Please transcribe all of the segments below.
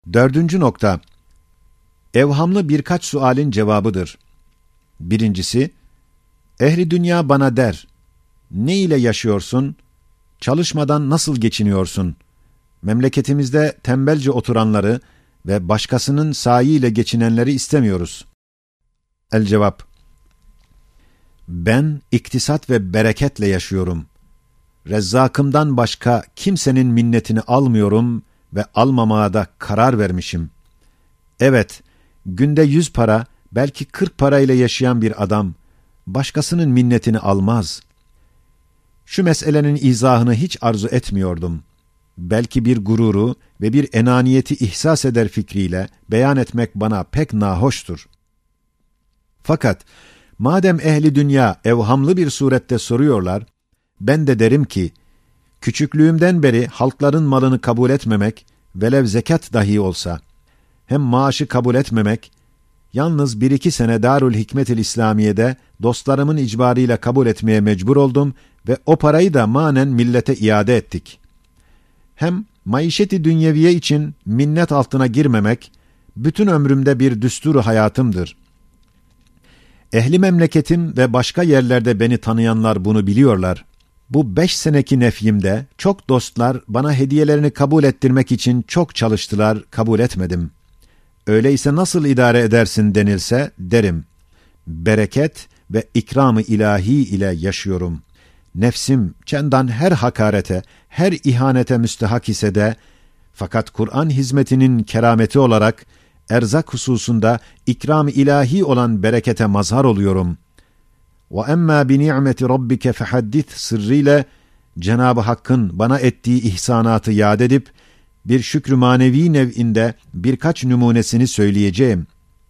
Dördüncü nokta, evhamlı birkaç sualin cevabıdır. Birincisi, ehli dünya bana der, ne ile yaşıyorsun, çalışmadan nasıl geçiniyorsun? Memleketimizde tembelce oturanları ve başkasının sayiyle geçinenleri istemiyoruz. El cevap, ben iktisat ve bereketle yaşıyorum. Rezzakımdan başka kimsenin minnetini almıyorum ve almamaya da karar vermişim. Evet, günde 100 para, belki 40 parayla yaşayan bir adam, başkasının minnetini almaz. Şu meselenin izahını hiç arzu etmiyordum. Belki bir gururu ve bir enaniyeti ihsas eder fikriyle beyan etmek bana pek nahoştur. Fakat, madem ehli dünya evhamlı bir surette soruyorlar, ben de derim ki, küçüklüğümden beri halkların malını kabul etmemek, velev zekat dahi olsa, hem maaşı kabul etmemek, yalnız 1-2 sene Darül Hikmet-i İslamiye'de dostlarımın icbarıyla kabul etmeye mecbur oldum ve o parayı da manen millete iade ettik. Hem maişeti dünyeviye için minnet altına girmemek, bütün ömrümde bir düsturu hayatımdır. Ehli memleketim ve başka yerlerde beni tanıyanlar bunu biliyorlar. Bu 5 seneki nefyimde çok dostlar bana hediyelerini kabul ettirmek için çok çalıştılar, kabul etmedim. Öyleyse nasıl idare edersin denilse derim. Bereket ve ikram-ı ilahi ile yaşıyorum. Nefsim çendan her hakarete, her ihanete müstehak ise de, fakat Kur'an hizmetinin kerameti olarak erzak hususunda ikram-ı ilahi olan berekete mazhar oluyorum. وَاَمَّا بِنِعْمَةِ رَبِّكَ فَحَدِّثْ sırrıyla Cenab-ı Hakk'ın bana ettiği ihsanatı yad edip, bir şükrü manevi nev'inde birkaç numunesini söyleyeceğim.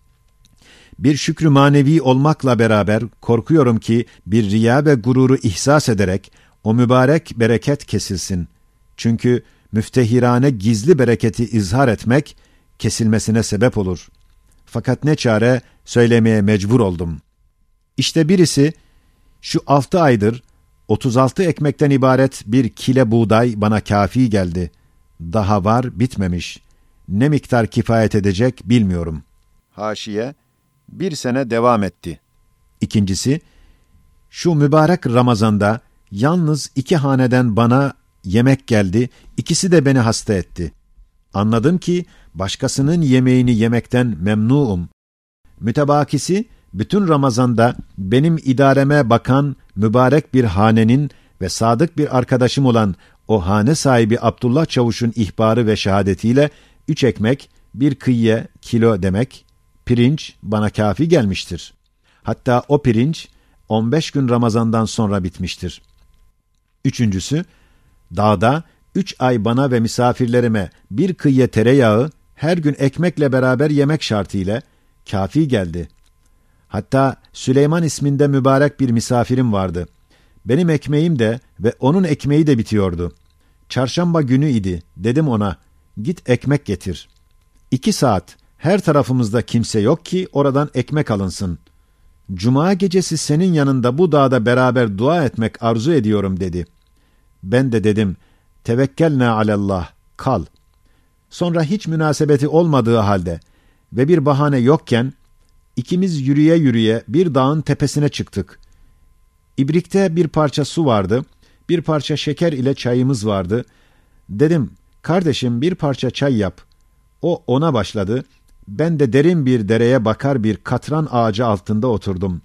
Bir şükrü manevi olmakla beraber korkuyorum ki bir riya ve gururu ihsas ederek o mübarek bereket kesilsin. Çünkü müftehirane gizli bereketi izhar etmek kesilmesine sebep olur. Fakat ne çare, söylemeye mecbur oldum. İşte birisi, şu 6 aydır 36 ekmekten ibaret bir kile buğday bana kafi geldi. Daha var, bitmemiş. Ne miktar kifayet edecek bilmiyorum. Haşiye, 1 sene devam etti. İkincisi, şu mübarek Ramazan'da yalnız 2 haneden bana yemek geldi, ikisi de beni hasta etti. Anladım ki başkasının yemeğini yemekten memnuum. Mütebakisi, bütün Ramazan'da benim idareme bakan mübarek bir hanenin ve sadık bir arkadaşım olan o hane sahibi Abdullah Çavuş'un ihbarı ve şehadetiyle 3 ekmek, 1 kıyye kilo demek, pirinç bana kafi gelmiştir. Hatta o pirinç 15 gün Ramazan'dan sonra bitmiştir. Üçüncüsü, dağda 3 ay bana ve misafirlerime 1 kıyye tereyağı her gün ekmekle beraber yemek şartıyla kafi geldi. Hatta Süleyman isminde mübarek bir misafirim vardı. Benim ekmeğim de ve onun ekmeği de bitiyordu. Çarşamba günü idi. Dedim ona, git ekmek getir. 2 saat, her tarafımızda kimse yok ki oradan ekmek alınsın. Cuma gecesi senin yanında bu dağda beraber dua etmek arzu ediyorum dedi. Ben de dedim, tevekkelna alallah, kal. Sonra hiç münasebeti olmadığı halde ve bir bahane yokken, İkimiz yürüye yürüye bir dağın tepesine çıktık. İbrikte bir parça su vardı, bir parça şeker ile çayımız vardı. Dedim, kardeşim bir parça çay yap. O ona başladı. Ben de derin bir dereye bakar bir katran ağacı altında oturdum.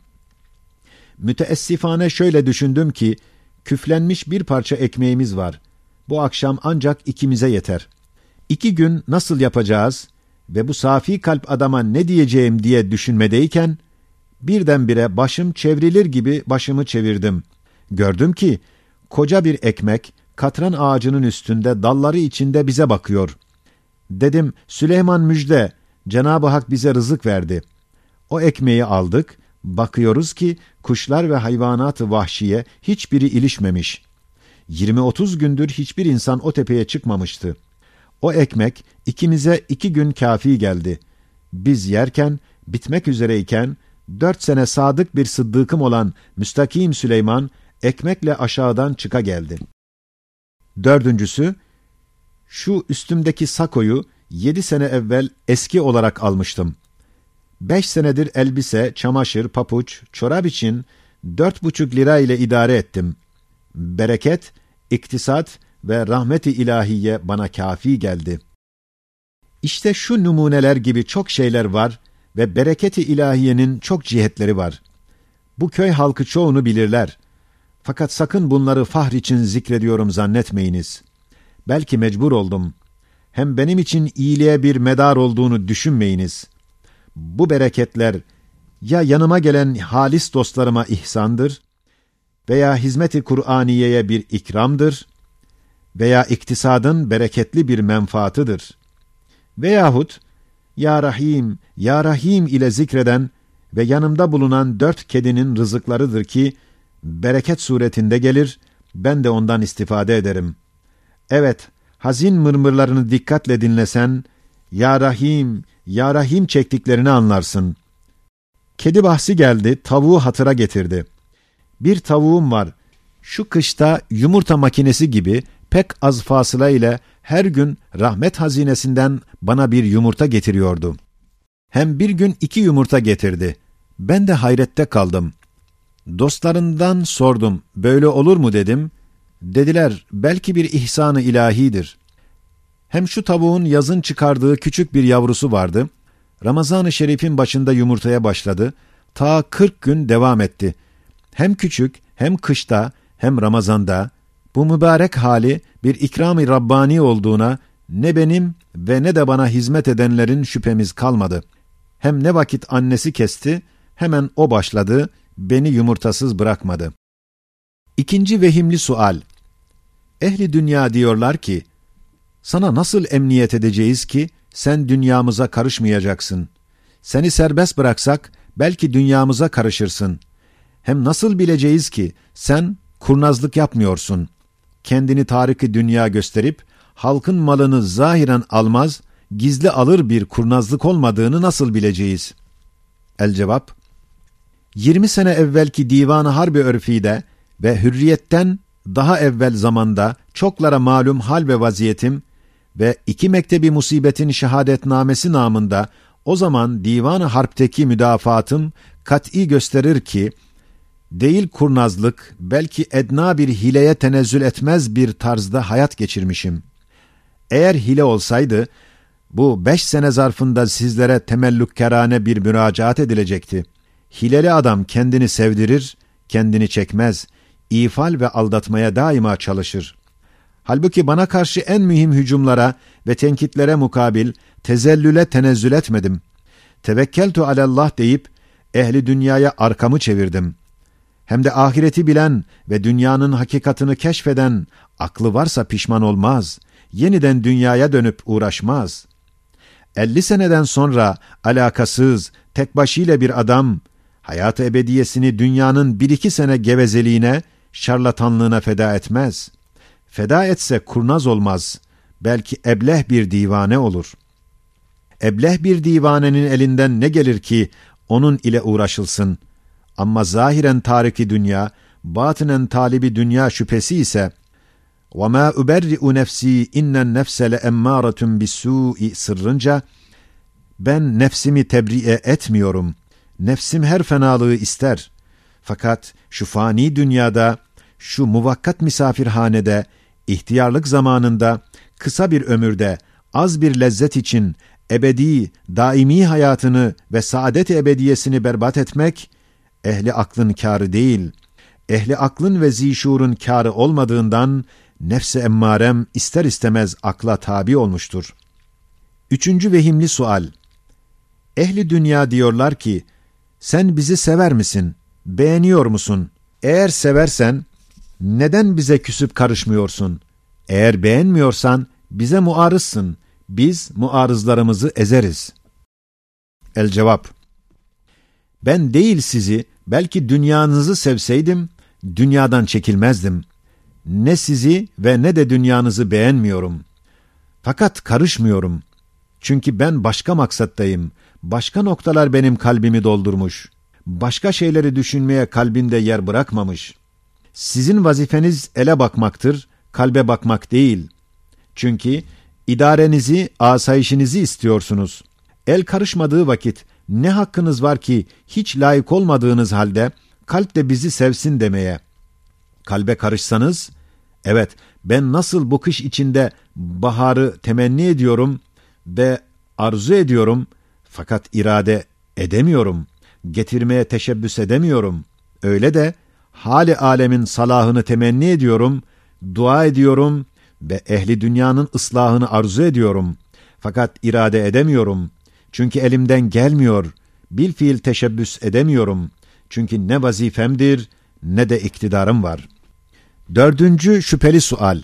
Müteessifane şöyle düşündüm ki, küflenmiş bir parça ekmeğimiz var. Bu akşam ancak ikimize yeter. 2 gün nasıl yapacağız ve bu safi kalp adama ne diyeceğim diye düşünmedeyken, birdenbire başım çevrilir gibi başımı çevirdim. Gördüm ki, koca bir ekmek, katran ağacının üstünde dalları içinde bize bakıyor. Dedim, Süleyman müjde, Cenab-ı Hak bize rızık verdi. O ekmeği aldık, bakıyoruz ki kuşlar ve hayvanat-ı vahşiye hiçbiri ilişmemiş. 20-30 gündür hiçbir insan o tepeye çıkmamıştı. O ekmek ikimize 2 gün kafi geldi. Biz yerken, bitmek üzereyken, 4 sene sadık bir sıddıkım olan Müstakim Süleyman, ekmekle aşağıdan çıka geldi. Dördüncüsü, şu üstümdeki sakoyu 7 sene evvel eski olarak almıştım. 5 senedir elbise, çamaşır, papuç, çorap için 4,5 lira ile idare ettim. Bereket, iktisat ve rahmet-i ilahiye bana kafi geldi. İşte şu numuneler gibi çok şeyler var ve bereket-i ilahiyenin çok cihetleri var. Bu köy halkı çoğunu bilirler. Fakat sakın bunları fahr için zikrediyorum zannetmeyiniz. Belki mecbur oldum. Hem benim için iyiliğe bir medar olduğunu düşünmeyiniz. Bu bereketler ya yanıma gelen halis dostlarıma ihsandır veya hizmet-i Kur'aniye'ye bir ikramdır veya iktisadın bereketli bir menfaatıdır. Veyahut Ya Rahim, Ya Rahim ile zikreden ve yanımda bulunan 4 kedinin rızıklarıdır ki bereket suretinde gelir, ben de ondan istifade ederim. Evet, hazin mırmırlarını dikkatle dinlesen, Ya Rahim, Ya Rahim çektiklerini anlarsın. Kedi bahsi geldi, tavuğu hatıra getirdi. Bir tavuğum var, şu kışta yumurta makinesi gibi pek az fasıla ile her gün rahmet hazinesinden bana bir yumurta getiriyordu. Hem bir gün 2 yumurta getirdi. Ben de hayrette kaldım. Dostlarından sordum, böyle olur mu dedim. Dediler, belki bir ihsan-ı ilahidir. Hem şu tavuğun yazın çıkardığı küçük bir yavrusu vardı. Ramazan-ı Şerif'in başında yumurtaya başladı. Ta 40 gün devam etti. Hem küçük, hem kışta, hem Ramazan'da bu mübarek hali bir ikram-ı Rabbani olduğuna ne benim ve ne de bana hizmet edenlerin şüphemiz kalmadı. Hem ne vakit annesi kesti, hemen o başladı, beni yumurtasız bırakmadı. İkinci vehimli sual. Ehli dünya diyorlar ki, sana nasıl emniyet edeceğiz ki sen dünyamıza karışmayacaksın? Seni serbest bıraksak belki dünyamıza karışırsın. Hem nasıl bileceğiz ki sen kurnazlık yapmıyorsun? Kendini tariki dünya gösterip halkın malını zahiren almaz, gizli alır bir kurnazlık olmadığını nasıl bileceğiz? El cevap, 20 sene evvelki Divan-ı Harbi örfide ve hürriyetten daha evvel zamanda çoklara malum hal ve vaziyetim ve 2 mektebi musibetin şehadetnamesi namında o zaman Divan-ı Harp'teki müdafaatım kat'i gösterir ki, değil kurnazlık, belki edna bir hileye tenezzül etmez bir tarzda hayat geçirmişim. Eğer hile olsaydı, bu 5 sene zarfında sizlere temellükkerane bir müracaat edilecekti. Hileli adam kendini sevdirir, kendini çekmez, ifal ve aldatmaya daima çalışır. Halbuki bana karşı en mühim hücumlara ve tenkitlere mukabil tezellüle tenezzül etmedim. Tevekkeltu alallah deyip ehli dünyaya arkamı çevirdim. Hem de ahireti bilen ve dünyanın hakikatını keşfeden aklı varsa pişman olmaz, yeniden dünyaya dönüp uğraşmaz. 50 seneden sonra alakasız, tek başıyla bir adam, hayat-ı ebediyesini dünyanın 1-2 sene gevezeliğine, şarlatanlığına feda etmez. Feda etse kurnaz olmaz, belki ebleh bir divane olur. Ebleh bir divanenin elinden ne gelir ki onun ile uğraşılsın? Ama zahiren tariki dünya, batinen talibi dünya şüphesi ise وَمَا اُبَرِّئُ نَفْسِي اِنَّ النَّفْسَ لَاَمَّارَةٌ بِالسُّٰءِ sırrınca, ben nefsimi tebri'e etmiyorum. Nefsim her fenalığı ister. Fakat şu fani dünyada, şu muvakkat misafirhanede, ihtiyarlık zamanında, kısa bir ömürde, az bir lezzet için ebedi, daimi hayatını ve saadet-i ebediyesini berbat etmek, ehli aklın kârı değil, ehli aklın ve zişurun kârı olmadığından, nefs-i emmarem ister istemez akla tabi olmuştur. 3. vehimli sual. Ehli dünya diyorlar ki, sen bizi sever misin? Beğeniyor musun? Eğer seversen, neden bize küsüp karışmıyorsun? Eğer beğenmiyorsan, bize muarızsın. Biz muarızlarımızı ezeriz. El cevap. Ben değil sizi, belki dünyanızı sevseydim, dünyadan çekilmezdim. Ne sizi ve ne de dünyanızı beğenmiyorum. Fakat karışmıyorum. Çünkü ben başka maksattayım. Başka noktalar benim kalbimi doldurmuş. Başka şeyleri düşünmeye kalbimde yer bırakmamış. Sizin vazifeniz ele bakmaktır, kalbe bakmak değil. Çünkü İdarenizi, asayişinizi istiyorsunuz. El karışmadığı vakit ne hakkınız var ki hiç layık olmadığınız halde kalp de bizi sevsin demeye? Kalbe karışsanız, evet ben nasıl bu kış içinde baharı temenni ediyorum ve arzu ediyorum fakat irade edemiyorum, getirmeye teşebbüs edemiyorum. Öyle de hali alemin salahını temenni ediyorum, dua ediyorum ve ehli dünyanın ıslahını arzu ediyorum. Fakat irade edemiyorum. Çünkü elimden gelmiyor. Bilfiil teşebbüs edemiyorum. Çünkü ne vazifemdir ne de iktidarım var. 4. şüpheli sual.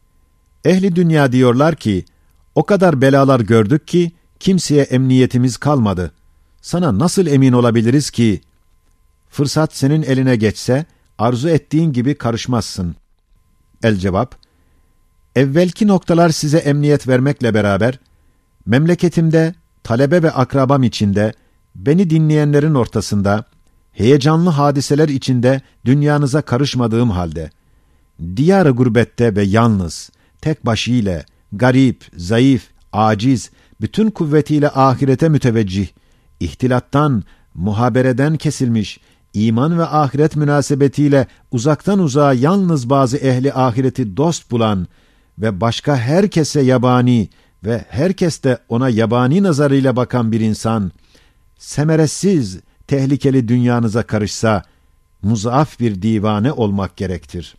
Ehli dünya diyorlar ki, o kadar belalar gördük ki kimseye emniyetimiz kalmadı. Sana nasıl emin olabiliriz ki? Fırsat senin eline geçse, arzu ettiğin gibi karışmazsın. El cevap, evvelki noktalar size emniyet vermekle beraber, memleketimde, talebe ve akrabam içinde, beni dinleyenlerin ortasında, heyecanlı hadiseler içinde dünyanıza karışmadığım halde, diyar-ı gurbette ve yalnız, tek başıyla, garip, zayıf, aciz, bütün kuvvetiyle ahirete müteveccih, ihtilattan, muhabereden kesilmiş, iman ve ahiret münasebetiyle uzaktan uzağa yalnız bazı ehli ahireti dost bulan ve başka herkese yabani ve herkes de ona yabani nazarıyla bakan bir insan, semeresiz, tehlikeli dünyanıza karışsa, muzaaf bir divane olmak gerektir.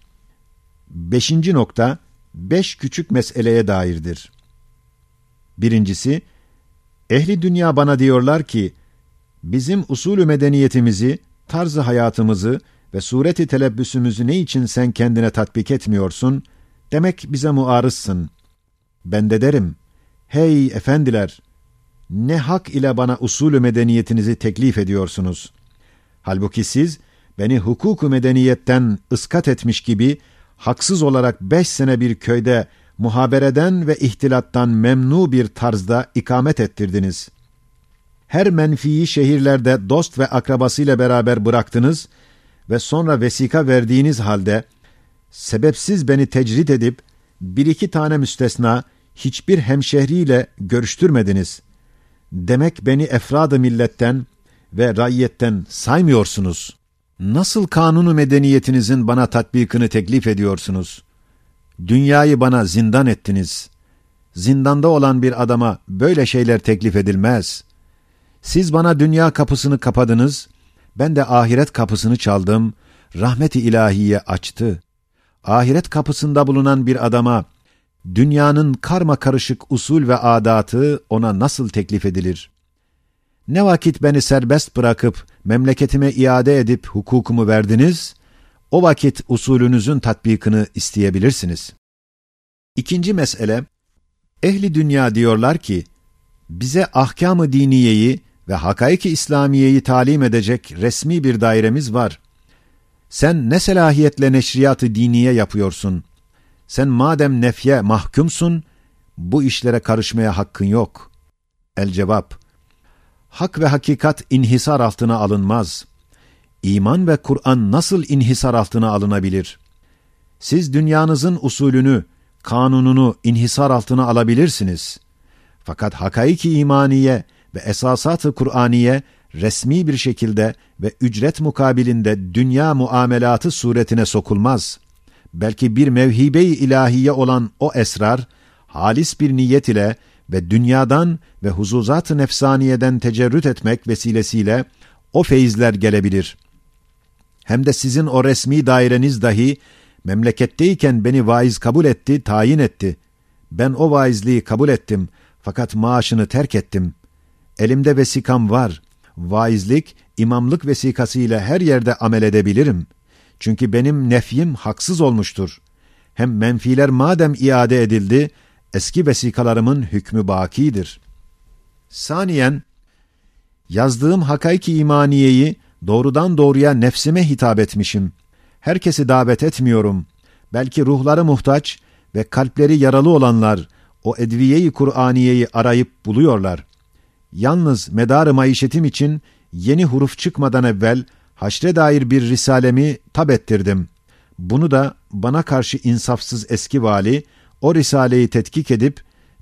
5. nokta, 5 küçük meseleye dairdir. Birincisi, ehli dünya bana diyorlar ki, bizim usulü medeniyetimizi, tarzı hayatımızı ve sureti telebbüsümüzü ne için sen kendine tatbik etmiyorsun? Demek bize muarızsın. Ben de derim, hey efendiler, ne hak ile bana usulü medeniyetinizi teklif ediyorsunuz? Halbuki siz, beni hukuku medeniyetten ıskat etmiş gibi, haksız olarak 5 sene bir köyde muhabereden ve ihtilattan memnu bir tarzda ikamet ettirdiniz. Her menfiyi şehirlerde dost ve akrabasıyla beraber bıraktınız ve sonra vesika verdiğiniz halde, sebepsiz beni tecrit edip, 1-2 tane müstesna, hiçbir hemşehriyle görüştürmediniz. Demek beni efrad-ı milletten ve raiyetten saymıyorsunuz. Nasıl kanunu medeniyetinizin bana tatbikini teklif ediyorsunuz? Dünyayı bana zindan ettiniz. Zindanda olan bir adama böyle şeyler teklif edilmez. Siz bana dünya kapısını kapadınız, ben de ahiret kapısını çaldım, rahmet-i ilahiye açtı. Ahiret kapısında bulunan bir adama, dünyanın karma karışık usul ve adatı ona nasıl teklif edilir? Ne vakit beni serbest bırakıp, memleketime iade edip hukukumu verdiniz, o vakit usulünüzün tatbikini isteyebilirsiniz. 2. mesele, ehli dünya diyorlar ki, bize ahkam-ı diniyeyi ve hakaik-i İslamiyeyi talim edecek resmi bir dairemiz var. Sen ne selahiyetle neşriyat-ı diniye yapıyorsun? Sen madem nefye mahkumsun, bu işlere karışmaya hakkın yok. El cevap, hak ve hakikat inhisar altına alınmaz. İman ve Kur'an nasıl inhisar altına alınabilir? Siz dünyanızın usulünü, kanununu inhisar altına alabilirsiniz. Fakat hakaik-i imaniye ve esasat-ı Kur'aniye resmi bir şekilde ve ücret mukabilinde dünya muamelatı suretine sokulmaz. Belki bir mevhibe-i ilahiye olan o esrar, halis bir niyet ile ve dünyadan ve huzuzat-ı nefsaniyeden tecerrüt etmek vesilesiyle o feyizler gelebilir. Hem de sizin o resmi daireniz dahi, memleketteyken beni vaiz kabul etti, tayin etti. Ben o vaizliği kabul ettim, fakat maaşını terk ettim. Elimde vesikam var. Vaizlik, imamlık vesikasıyla her yerde amel edebilirim. Çünkü benim nefyim haksız olmuştur. Hem menfiler madem iade edildi, eski vesikalarımın hükmü bakidir. Saniyen, yazdığım hakaik-i imaniyeyi doğrudan doğruya nefsime hitap etmişim. Herkesi davet etmiyorum. Belki ruhları muhtaç ve kalpleri yaralı olanlar o edviye-i Kur'aniyeyi arayıp buluyorlar. Yalnız medar-ı maişetim için yeni huruf çıkmadan evvel haşre dair bir risalemi tab ettirdim. Bunu da bana karşı insafsız eski vali o risaleyi tetkik edip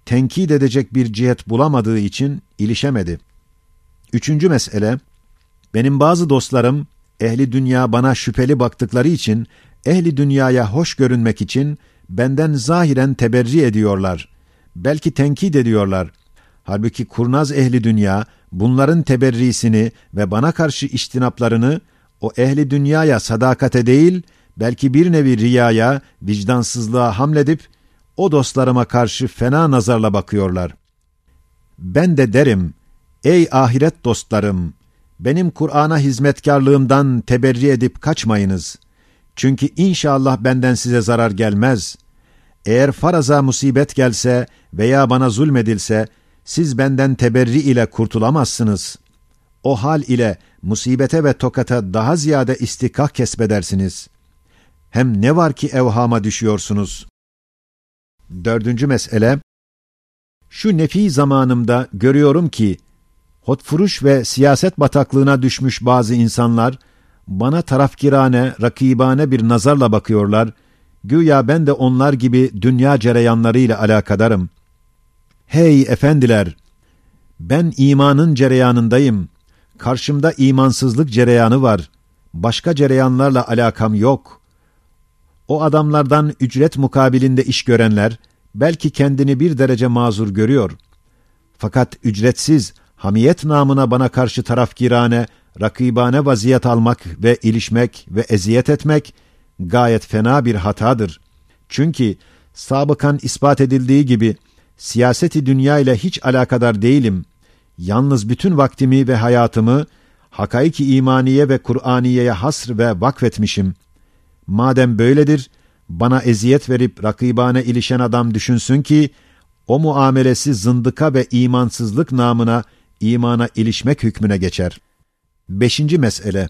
tenkit edecek bir cihet bulamadığı için ilişemedi. 3. mesele, benim bazı dostlarım, ehli dünya bana şüpheli baktıkları için, ehli dünyaya hoş görünmek için, benden zahiren teberri ediyorlar. Belki tenkit ediyorlar. Halbuki kurnaz ehli dünya, bunların teberrisini ve bana karşı içtinaplarını, o ehli dünyaya sadakate değil, belki bir nevi riyaya, vicdansızlığa hamledip, o dostlarıma karşı fena nazarla bakıyorlar. Ben de derim, ey ahiret dostlarım, benim Kur'an'a hizmetkarlığımdan teberri edip kaçmayınız. Çünkü inşallah benden size zarar gelmez. Eğer faraza musibet gelse veya bana zulmedilse, siz benden teberri ile kurtulamazsınız. O hal ile musibete ve tokata daha ziyade istikah kesbedersiniz. Hem ne var ki evhama düşüyorsunuz? 4. mesele, şu nefi zamanımda görüyorum ki, hotfuruş ve siyaset bataklığına düşmüş bazı insanlar, bana tarafkirane, rakibane bir nazarla bakıyorlar, güya ben de onlar gibi dünya cereyanlarıyla alakadarım. Hey efendiler! Ben imanın cereyanındayım. Karşımda imansızlık cereyanı var. Başka cereyanlarla alakam yok. O adamlardan ücret mukabilinde iş görenler, belki kendini bir derece mazur görüyor. Fakat ücretsiz, hamiyet namına bana karşı tarafkirane, rakibane vaziyet almak ve ilişmek ve eziyet etmek, gayet fena bir hatadır. Çünkü sabıkan ispat edildiği gibi, siyaseti dünya ile hiç alakadar değilim. Yalnız bütün vaktimi ve hayatımı, hakaiki imaniye ve Kur'aniye'ye hasr ve vakfetmişim. Madem böyledir, bana eziyet verip rakibane ilişen adam düşünsün ki, o muamelesi zındıka ve imansızlık namına imana ilişmek hükmüne geçer. 5. mesele,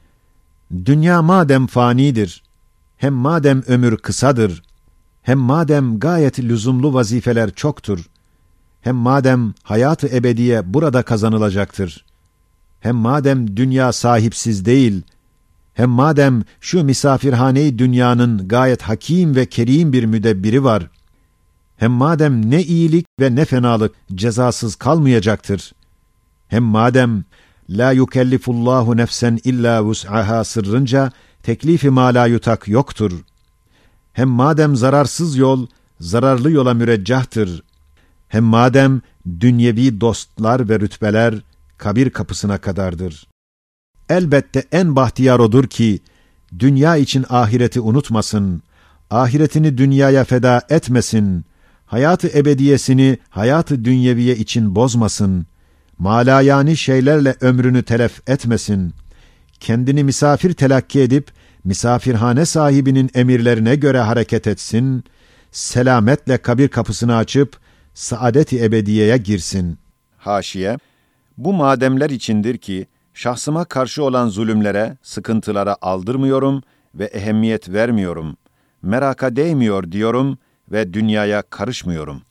dünya madem fanidir, hem madem ömür kısadır, hem madem gayet lüzumlu vazifeler çoktur, hem madem hayat-ı ebediye burada kazanılacaktır, hem madem dünya sahipsiz değil, hem madem şu misafirhane-i dünyanın gayet hakim ve kerim bir müdebbiri var, hem madem ne iyilik ve ne fenalık cezasız kalmayacaktır, hem madem la yukellifullahu nefsen illa vus'aha sırrınca teklifi ma la yutak yoktur, hem madem zararsız yol zararlı yola müreccahtır, hem madem dünyevi dostlar ve rütbeler kabir kapısına kadardır. Elbette en bahtiyar odur ki, dünya için ahireti unutmasın, ahiretini dünyaya feda etmesin, hayatı ebediyesini hayatı dünyeviye için bozmasın, malayani şeylerle ömrünü telef etmesin, kendini misafir telakki edip, misafirhane sahibinin emirlerine göre hareket etsin, selametle kabir kapısını açıp, saadet-i ebediyeye girsin. Haşiye, bu mademler içindir ki, şahsıma karşı olan zulümlere, sıkıntılara aldırmıyorum ve ehemmiyet vermiyorum, meraka değmiyor diyorum ve dünyaya karışmıyorum.